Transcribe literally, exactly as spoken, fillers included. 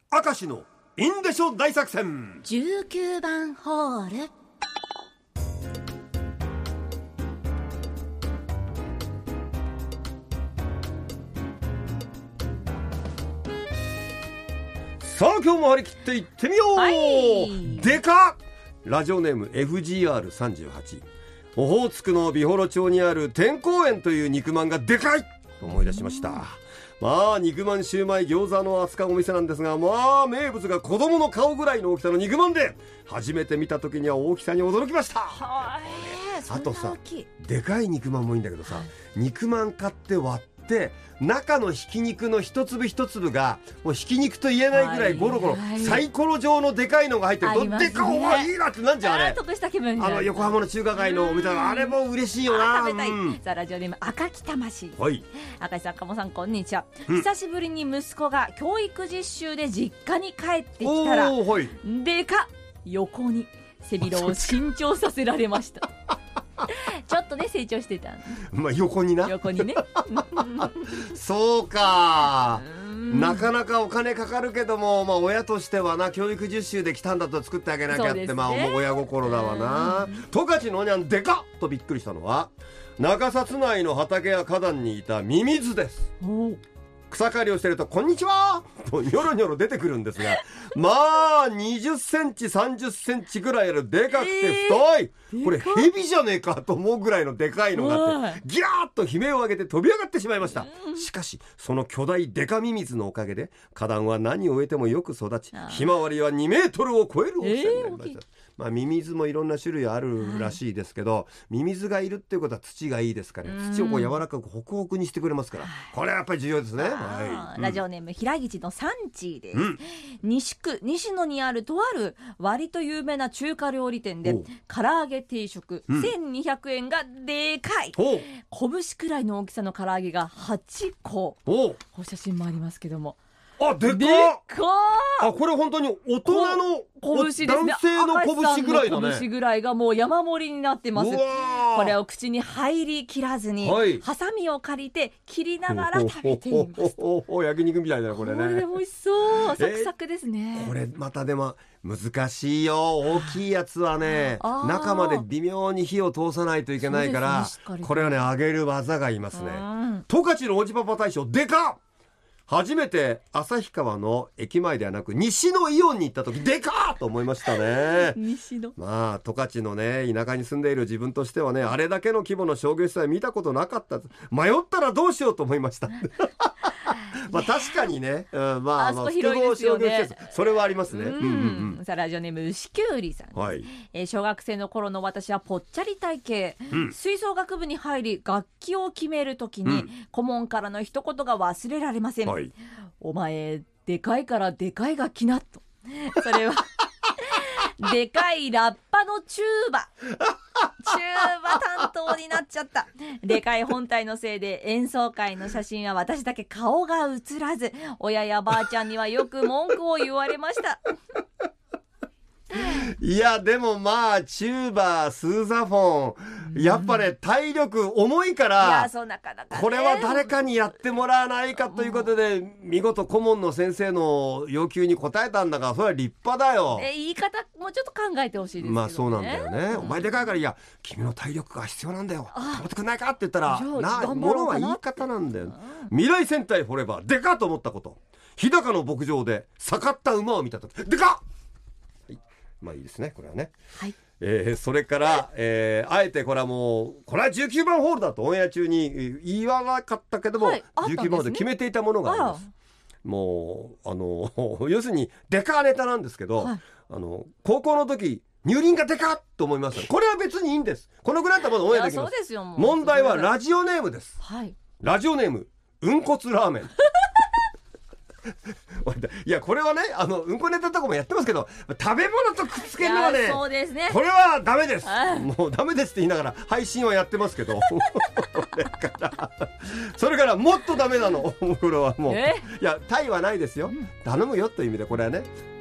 明石のインデショ大作戦じゅうきゅうばんホール。 さあ今日も張り切っていってみよう、はい、でかっ。ラジオネーム エフジーアールさんじゅうはち。 オホーツクの美幌町にある天香園という肉まんがでかいと思い出しました。まあ肉まん、シューマイ、餃子の扱うお店なんですが、まあ名物が子供の顔ぐらいの大きさの肉まんで、初めて見た時には大きさに驚きました。 はあとさ、でかい肉まんもいいんだけどさ、はい、肉まん買って割って中のひき肉の一粒一粒がもうひき肉と言えないぐらいゴロゴロ、はいはい、サイコロ状のでかいのが入ってると、ね、でかおがいいなってなんじゃんあれ。 得した気分になる。 あの横浜の中華街のお店があれも嬉しいよな。 食べたい、うん、さあラジオネーム赤木魂、はい、赤井さん、鴨さん、こんにちは、うん、久しぶりに息子が教育実習で実家に帰ってきたら、はい、でか横に背広を新調させられましたちょっとね成長してた、 まあ、横にな横にねそうか、なかなかお金かかるけども、まあ、親としてはな、教育実習で来たんだと作ってあげなきゃって、ね、まあ親心だわな。十勝のおにゃんでかっとびっくりしたのは、中札内の畑や花壇にいたミミズです。草刈りをしてるとこんにちはとニョロニョロ出てくるんですが、まあにじゅっセンチさんじゅっセンチぐらいあるでかくて太い、えー、これヘビじゃねえかと思うぐらいのでかいのがあって、ギャーッと悲鳴を上げて飛び上がってしまいました。しかしその巨大デカミミズのおかげで花壇は何を植えてもよく育ち、ひまわりはにメートルを超える大きさになりました。えーまあ、ミミズもいろんな種類あるらしいですけど、はい、ミミズがいるっていうことは土がいいですから、ね、土をこう柔らかくホクホクにしてくれますから、これはやっぱり重要ですね。はい、 ラジオネーム平岸のサンチーです、うん、西区西野にあるとある割と有名な中華料理店で唐揚げ定食、うん、せんにひゃくえんがでかい、拳くらいの大きさの唐揚げがはちこ、お写真もありますけども、 あ、でかっ。 でかあ、これ本当に大人の拳ですね。 男性の拳ぐらいだね。 拳ぐらいがもう山盛りになってます。これを口に入りきらずに、はい、ハサミを借りて切りながら食べています。 おお焼肉みたいだなこれね。 これ美味しそう、サクサクですね。 これまたでも難しいよ。大きいやつはね中まで微妙に火を通さないといけないから、ね、これはね揚げる技がいますね。十勝のおじパパ大将でかっ。初めて旭川の駅前ではなく西のイオンに行った時でかーと思いましたね。 西のまあ十勝のね田舎に住んでいる自分としてはね、あれだけの規模の商業施設は見たことなかった。迷ったらどうしようと思いましたまあ確かにね、うん、まああそこ広いですよね。 それはありますね。うんうんうん、さあラジオネーム牛きゅうりさん、はい、えー、小学生の頃の私はぽっちゃり体型、うん、吹奏楽部に入り楽器を決めるときに、うん、顧問からの一言が忘れられません、はい、お前でかいからでかい楽器なと。それはでかいラッパのチューバチューバ担当になっちゃった。でかい本体のせいで演奏会の写真は私だけ顔が映らず、親やばあちゃんにはよく文句を言われましたいやでもまあチューバスーザフォンやっぱね体力重いから、 いやそうなかなかね、 これは誰かにやってもらわないかということで見事顧問の先生の要求に応えたんだから、それは立派だよ。 え言い方もうちょっと考えてほしいですけどね。 まあそうなんだよね、うん、お前でかいから、いや君の体力が必要なんだよ頑張ってくんないかって言ったらな、ものは言い方なんだよ、うん、未来戦隊フォレバーでかっと思ったこと、日高の牧場で盛った馬を見たときでかっ。まあいいですねこれはね、はい、えー、それから、えー、あえてこれはもうこれはじゅうきゅうばんホールだとオンエア中に言わなかったけども、はい、じゅうきゅうばんホールで決めていたものがあります。もうあの要するにデカネタなんですけど、はい、あの高校の時乳輪がデカっと思いました。これは別にいいんです。このぐらいだったらまだオンエアできます。 そうですよ、もう問題はラジオネームです、はい、ラジオネームうんこつラーメンいやこれはねあのうんこネタとかもやってますけど、食べ物とくっつけるのはね、 そうですね、 これはダメです。もうダメですって言いながら配信はやってますけどそれからそれからもっとダメなのこれはもう、いやタイはないですよ、頼むよという意味でこれはね